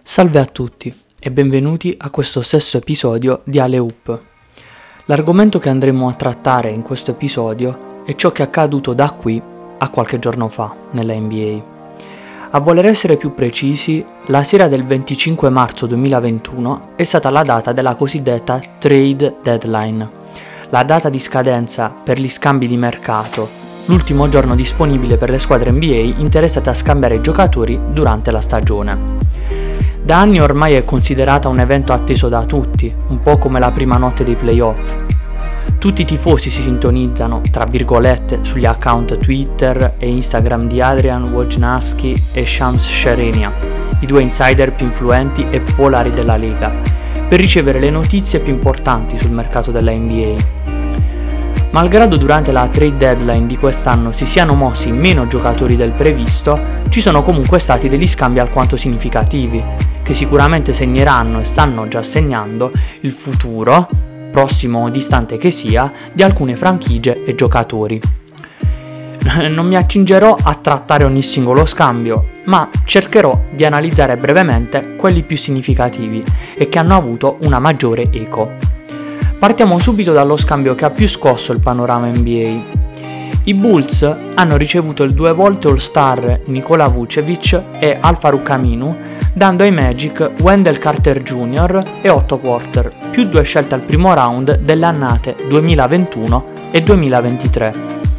Salve a tutti e benvenuti a questo stesso episodio di Alley-Oop. L'argomento che andremo a trattare in questo episodio è ciò che è accaduto da qui a qualche giorno fa nella NBA. A voler essere più precisi, la sera del 25 marzo 2021 è stata la data della cosiddetta trade deadline, la data di scadenza per gli scambi di mercato, l'ultimo giorno disponibile per le squadre NBA interessate a scambiare i giocatori durante la stagione. Da anni ormai è considerata un evento atteso da tutti, un po' come la prima notte dei playoff. Tutti i tifosi si sintonizzano, tra virgolette, sugli account Twitter e Instagram di Adrian Wojnarowski e Shams Charania, i due insider più influenti e popolari della Lega, per ricevere le notizie più importanti sul mercato della NBA. Malgrado durante la trade deadline di quest'anno si siano mossi meno giocatori del previsto, ci sono comunque stati degli scambi alquanto significativi, che sicuramente segneranno e stanno già segnando il futuro, prossimo o distante che sia, di alcune franchigie e giocatori. Non mi accingerò a trattare ogni singolo scambio, ma cercherò di analizzare brevemente quelli più significativi e che hanno avuto una maggiore eco. Partiamo subito dallo scambio che ha più scosso il panorama NBA. I Bulls hanno ricevuto il 2 volte All-Star Nikola Vucevic e Al-Farouq Aminu, dando ai Magic Wendell Carter Jr. e Otto Porter, più 2 scelte al primo round delle annate 2021 e 2023.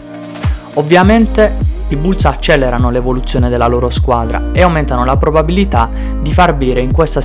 Ovviamente i Bulls accelerano l'evoluzione della loro squadra e aumentano la probabilità di far bene in questa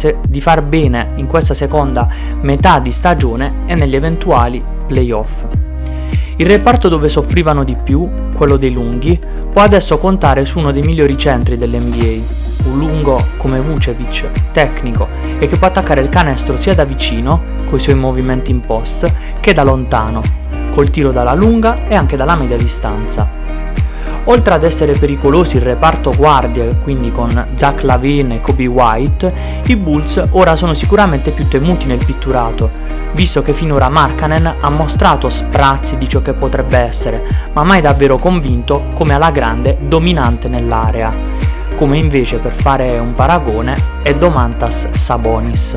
seconda metà di stagione e negli eventuali playoff. Il reparto dove soffrivano di più, quello dei lunghi, può adesso contare su uno dei migliori centri dell'NBA, un lungo come Vucevic, tecnico e che può attaccare il canestro sia da vicino, coi suoi movimenti in post, che da lontano, col tiro dalla lunga e anche dalla media distanza. Oltre ad essere pericolosi il reparto guardie, quindi con Zach LaVine e Kobe White, i Bulls ora sono sicuramente più temuti nel pitturato, visto che finora Markkanen ha mostrato sprazzi di ciò che potrebbe essere, ma mai davvero convinto come alla grande dominante nell'area, come invece, per fare un paragone, è Domantas Sabonis.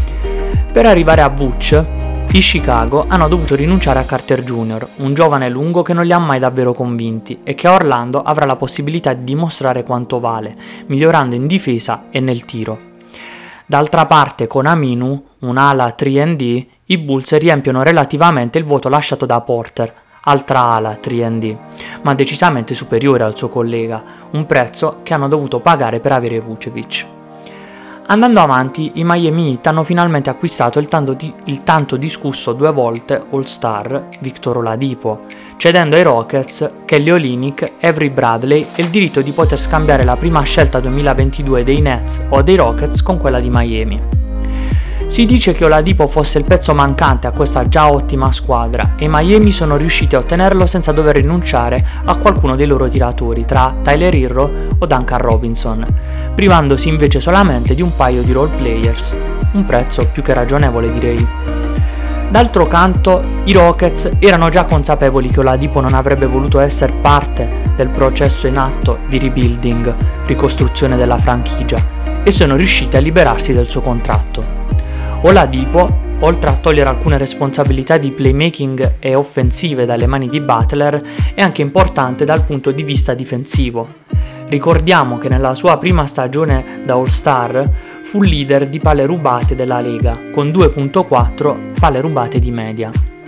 Per arrivare a Vuc, i Chicago hanno dovuto rinunciare a Carter Jr., un giovane lungo che non li ha mai davvero convinti e che a Orlando avrà la possibilità di dimostrare quanto vale, migliorando in difesa e nel tiro. D'altra parte, con Aminu, un'ala 3&D, i Bulls riempiono relativamente il vuoto lasciato da Porter, altra ala 3&D, ma decisamente superiore al suo collega, un prezzo che hanno dovuto pagare per avere Vucevic. Andando avanti, i Miami Heat hanno finalmente acquistato il tanto discusso 2 volte All-Star Victor Oladipo, cedendo ai Rockets Kelly Olynyk, Avery Bradley e il diritto di poter scambiare la prima scelta 2022 dei Nets o dei Rockets con quella di Miami. Si dice che Oladipo fosse il pezzo mancante a questa già ottima squadra e i Miami sono riusciti a ottenerlo senza dover rinunciare a qualcuno dei loro tiratori tra Tyler Herro o Duncan Robinson, privandosi invece solamente di un paio di role players, un prezzo più che ragionevole direi. D'altro canto, i Rockets erano già consapevoli che Oladipo non avrebbe voluto essere parte del processo in atto di rebuilding, ricostruzione della franchigia, e sono riusciti a liberarsi del suo contratto. Oladipo, oltre a togliere alcune responsabilità di playmaking e offensive dalle mani di Butler, è anche importante dal punto di vista difensivo. Ricordiamo che nella sua prima stagione da All-Star fu leader di palle rubate della Lega, con 2.4 palle rubate di media.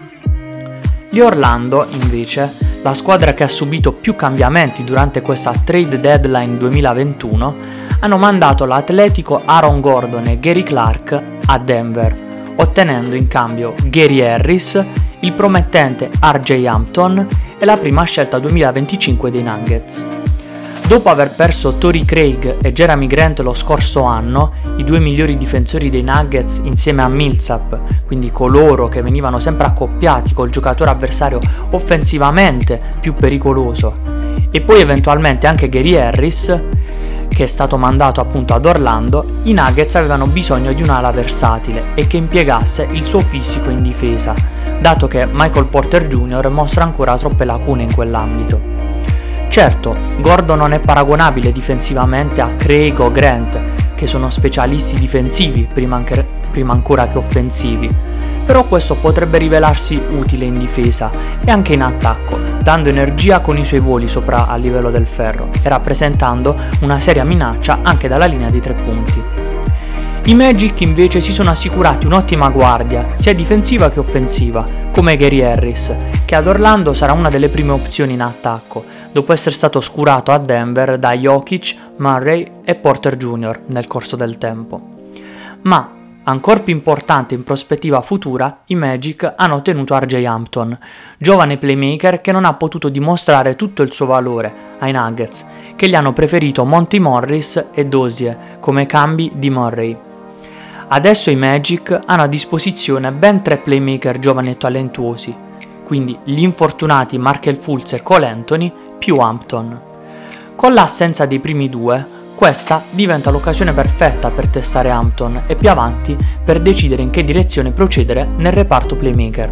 Gli Orlando, invece, la squadra che ha subito più cambiamenti durante questa trade deadline 2021, hanno mandato l'atletico Aaron Gordon e Gary Clark a Denver, ottenendo in cambio Gary Harris, il promettente RJ Hampton e la prima scelta 2025 dei Nuggets. Dopo aver perso Torrey Craig e Jeremy Grant lo scorso anno, i 2 migliori difensori dei Nuggets insieme a Millsap, quindi coloro che venivano sempre accoppiati col giocatore avversario offensivamente più pericoloso, e poi eventualmente anche Gary Harris, che è stato mandato appunto ad Orlando, i Nuggets avevano bisogno di un'ala versatile e che impiegasse il suo fisico in difesa, dato che Michael Porter Jr. mostra ancora troppe lacune in quell'ambito. Certo, Gordon non è paragonabile difensivamente a Craig o Grant, che sono specialisti difensivi prima ancora che offensivi, però questo potrebbe rivelarsi utile in difesa e anche in attacco, dando energia con i suoi voli sopra a livello del ferro e rappresentando una seria minaccia anche dalla linea di 3 punti. I Magic invece si sono assicurati un'ottima guardia, sia difensiva che offensiva, come Gary Harris, che ad Orlando sarà una delle prime opzioni in attacco, dopo essere stato oscurato a Denver da Jokic, Murray e Porter Jr. nel corso del tempo. Ma, ancor più importante in prospettiva futura, i Magic hanno ottenuto RJ Hampton, giovane playmaker che non ha potuto dimostrare tutto il suo valore ai Nuggets, che gli hanno preferito Monty Morris e Dozier come cambi di Murray. Adesso i Magic hanno a disposizione ben 3 playmaker giovani e talentuosi, quindi gli infortunati Markelle Fultz e Cole Anthony più Hampton. Con l'assenza dei primi due, questa diventa l'occasione perfetta per testare Hampton e più avanti per decidere in che direzione procedere nel reparto playmaker.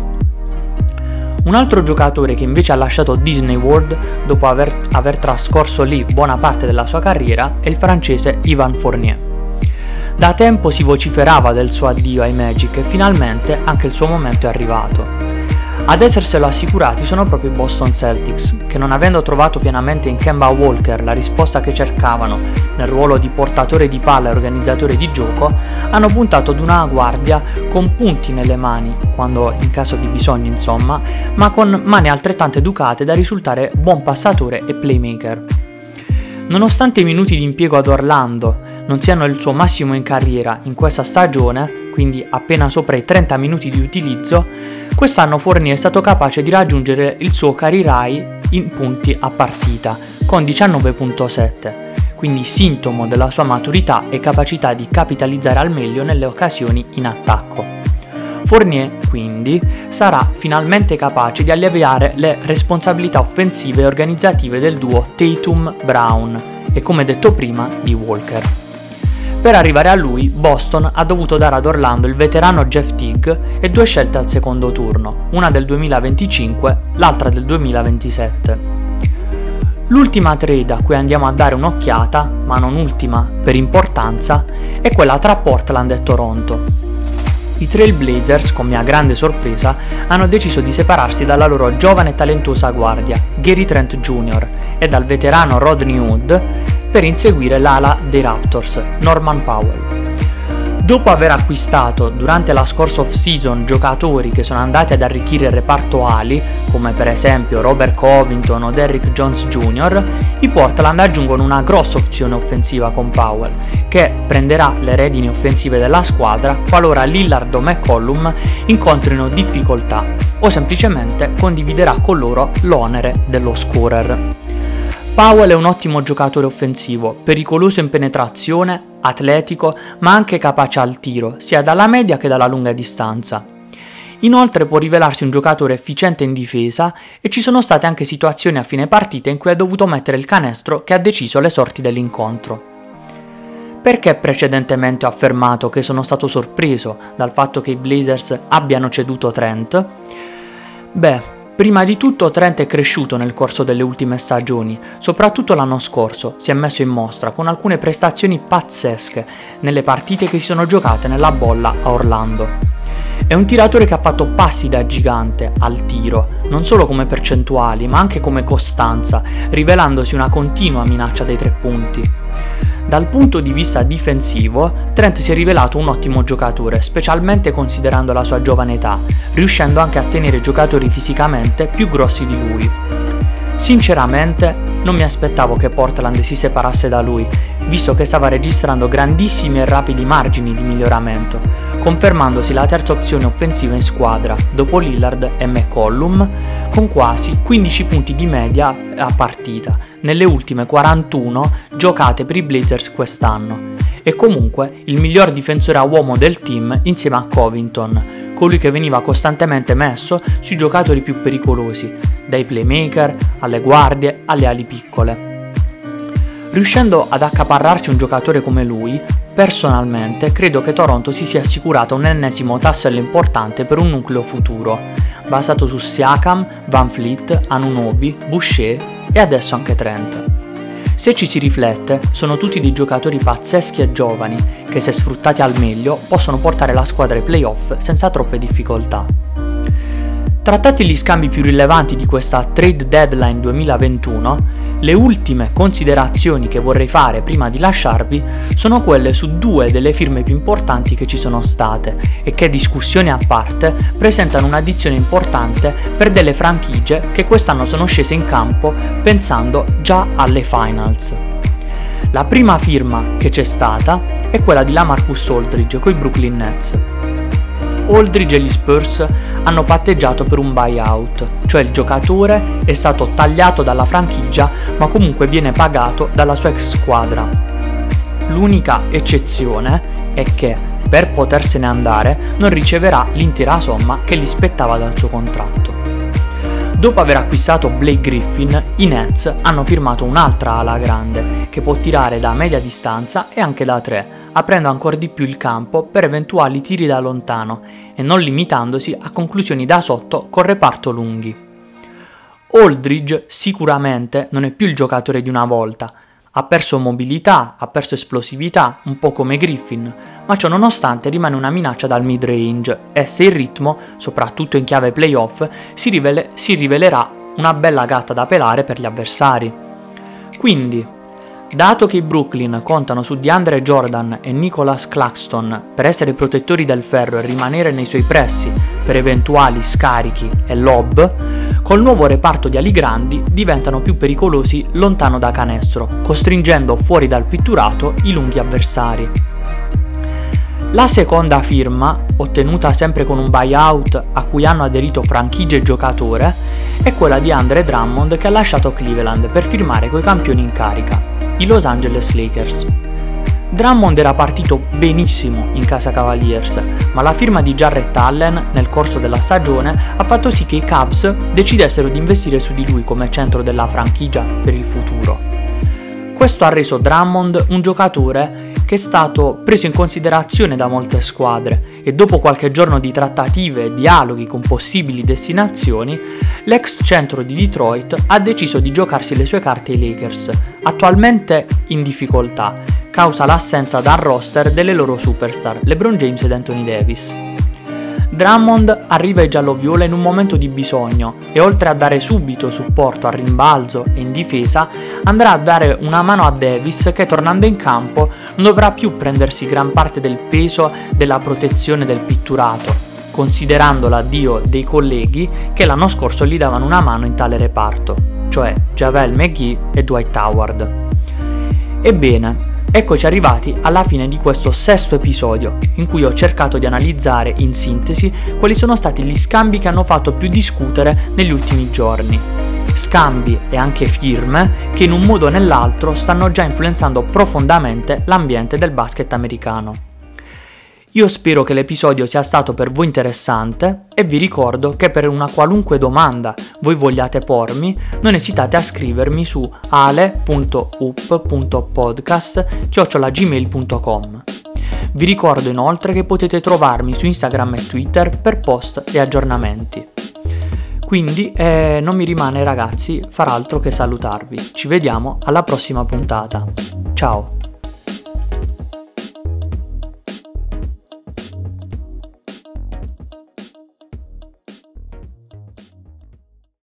Un altro giocatore che invece ha lasciato Disney World dopo aver trascorso lì buona parte della sua carriera è il francese Evan Fournier. Da tempo si vociferava del suo addio ai Magic e finalmente anche il suo momento è arrivato. Ad esserselo assicurati sono proprio i Boston Celtics, che non avendo trovato pienamente in Kemba Walker la risposta che cercavano nel ruolo di portatore di palla e organizzatore di gioco, hanno puntato ad una guardia con punti nelle mani, quando in caso di bisogno insomma, ma con mani altrettanto educate da risultare buon passatore e playmaker. Nonostante i minuti di impiego ad Orlando non siano il suo massimo in carriera in questa stagione, quindi appena sopra i 30 minuti di utilizzo, quest'anno Fournier è stato capace di raggiungere il suo career high in punti a partita, con 19.7, quindi sintomo della sua maturità e capacità di capitalizzare al meglio nelle occasioni in attacco. Fournier, quindi, sarà finalmente capace di alleviare le responsabilità offensive e organizzative del duo Tatum-Brown e, come detto prima, di Walker. Per arrivare a lui, Boston ha dovuto dare ad Orlando il veterano Jeff Teague e 2 scelte al secondo turno, una del 2025, l'altra del 2027. L'ultima trade a cui andiamo a dare un'occhiata, ma non ultima per importanza, è quella tra Portland e Toronto. I Trail Blazers, con mia grande sorpresa, hanno deciso di separarsi dalla loro giovane e talentuosa guardia, Gary Trent Jr., e dal veterano Rodney Hood per inseguire l'ala dei Raptors, Norman Powell. Dopo aver acquistato durante la scorsa off-season giocatori che sono andati ad arricchire il reparto ali, come per esempio Robert Covington o Derrick Jones Jr., i Portland aggiungono una grossa opzione offensiva con Powell, che prenderà le redini offensive della squadra qualora Lillard o McCollum incontrino difficoltà o semplicemente condividerà con loro l'onere dello scorer. Powell è un ottimo giocatore offensivo, pericoloso in penetrazione, atletico, ma anche capace al tiro, sia dalla media che dalla lunga distanza. Inoltre può rivelarsi un giocatore efficiente in difesa e ci sono state anche situazioni a fine partita in cui ha dovuto mettere il canestro che ha deciso le sorti dell'incontro. Perché precedentemente ho affermato che sono stato sorpreso dal fatto che i Blazers abbiano ceduto Trent? Prima di tutto Trent è cresciuto nel corso delle ultime stagioni, soprattutto l'anno scorso si è messo in mostra con alcune prestazioni pazzesche nelle partite che si sono giocate nella bolla a Orlando. È un tiratore che ha fatto passi da gigante al tiro, non solo come percentuali ma anche come costanza, rivelandosi una continua minaccia dei 3 punti. Dal punto di vista difensivo, Trent si è rivelato un ottimo giocatore, specialmente considerando la sua giovane età, riuscendo anche a tenere giocatori fisicamente più grossi di lui. Sinceramente, non mi aspettavo che Portland si separasse da lui, visto che stava registrando grandissimi e rapidi margini di miglioramento, confermandosi la terza opzione offensiva in squadra, dopo Lillard e McCollum, con quasi 15 punti di media a partita, nelle ultime 41 giocate per i Blazers quest'anno, e comunque il miglior difensore a uomo del team insieme a Covington, colui che veniva costantemente messo sui giocatori più pericolosi, dai playmaker alle guardie alle ali piccole. Riuscendo ad accaparrarsi un giocatore come lui, personalmente credo che Toronto si sia assicurata un ennesimo tassello importante per un nucleo futuro, basato su Siakam, Van Fleet, Anunoby, Boucher e adesso anche Trent. Se ci si riflette, sono tutti dei giocatori pazzeschi e giovani che, se sfruttati al meglio, possono portare la squadra ai playoff senza troppe difficoltà. Trattati gli scambi più rilevanti di questa trade deadline 2021, le ultime considerazioni che vorrei fare prima di lasciarvi sono quelle su due delle firme più importanti che ci sono state e che, discussione a parte, presentano un'addizione importante per delle franchigie che quest'anno sono scese in campo pensando già alle finals. La prima firma che c'è stata è quella di LaMarcus Aldridge coi Brooklyn Nets. Aldridge e gli Spurs hanno patteggiato per un buyout, cioè il giocatore è stato tagliato dalla franchigia ma comunque viene pagato dalla sua ex squadra. L'unica eccezione è che, per potersene andare, non riceverà l'intera somma che gli spettava dal suo contratto. Dopo aver acquistato Blake Griffin, i Nets hanno firmato un'altra ala grande che può tirare da media distanza e anche da 3, aprendo ancora di più il campo per eventuali tiri da lontano e non limitandosi a conclusioni da sotto con reparto lunghi. Aldridge sicuramente non è più il giocatore di una volta. Ha perso mobilità, ha perso esplosività, un po' come Griffin, ma ciò nonostante rimane una minaccia dal mid-range e, se il ritmo, soprattutto in chiave playoff, si rivelerà una bella gatta da pelare per gli avversari. Quindi, dato che i Brooklyn contano su DeAndre Jordan e Nicholas Claxton per essere protettori del ferro e rimanere nei suoi pressi per eventuali scarichi e lob, col nuovo reparto di ali grandi diventano più pericolosi lontano da canestro, costringendo fuori dal pitturato i lunghi avversari. La seconda firma, ottenuta sempre con un buyout a cui hanno aderito franchigie e giocatore, è quella di Andre Drummond, che ha lasciato Cleveland per firmare coi campioni in carica, i Los Angeles Lakers. Drummond era partito benissimo in casa Cavaliers, ma la firma di Jarrett Allen nel corso della stagione ha fatto sì che i Cavs decidessero di investire su di lui come centro della franchigia per il futuro. Questo ha reso Drummond un giocatore che è stato preso in considerazione da molte squadre e, dopo qualche giorno di trattative e dialoghi con possibili destinazioni, l'ex centro di Detroit ha deciso di giocarsi le sue carte ai Lakers, attualmente in difficoltà causa l'assenza dal roster delle loro superstar LeBron James ed Anthony Davis. Drummond arriva ai giallo-viola in un momento di bisogno e, oltre a dare subito supporto al rimbalzo e in difesa, andrà a dare una mano a Davis che, tornando in campo, non dovrà più prendersi gran parte del peso della protezione del pitturato, considerando l'addio dei colleghi che l'anno scorso gli davano una mano in tale reparto, cioè JaVale McGee e Dwight Howard. Ebbene, eccoci arrivati alla fine di questo sesto episodio, in cui ho cercato di analizzare in sintesi quali sono stati gli scambi che hanno fatto più discutere negli ultimi giorni. Scambi e anche firme che in un modo o nell'altro stanno già influenzando profondamente l'ambiente del basket americano. Io spero che l'episodio sia stato per voi interessante e vi ricordo che, per una qualunque domanda voi vogliate pormi, non esitate a scrivermi su ale.up.podcast@gmail.com. Vi ricordo inoltre che potete trovarmi su Instagram e Twitter per post e aggiornamenti. Quindi non mi rimane, ragazzi, far altro che salutarvi. Ci vediamo alla prossima puntata. Ciao!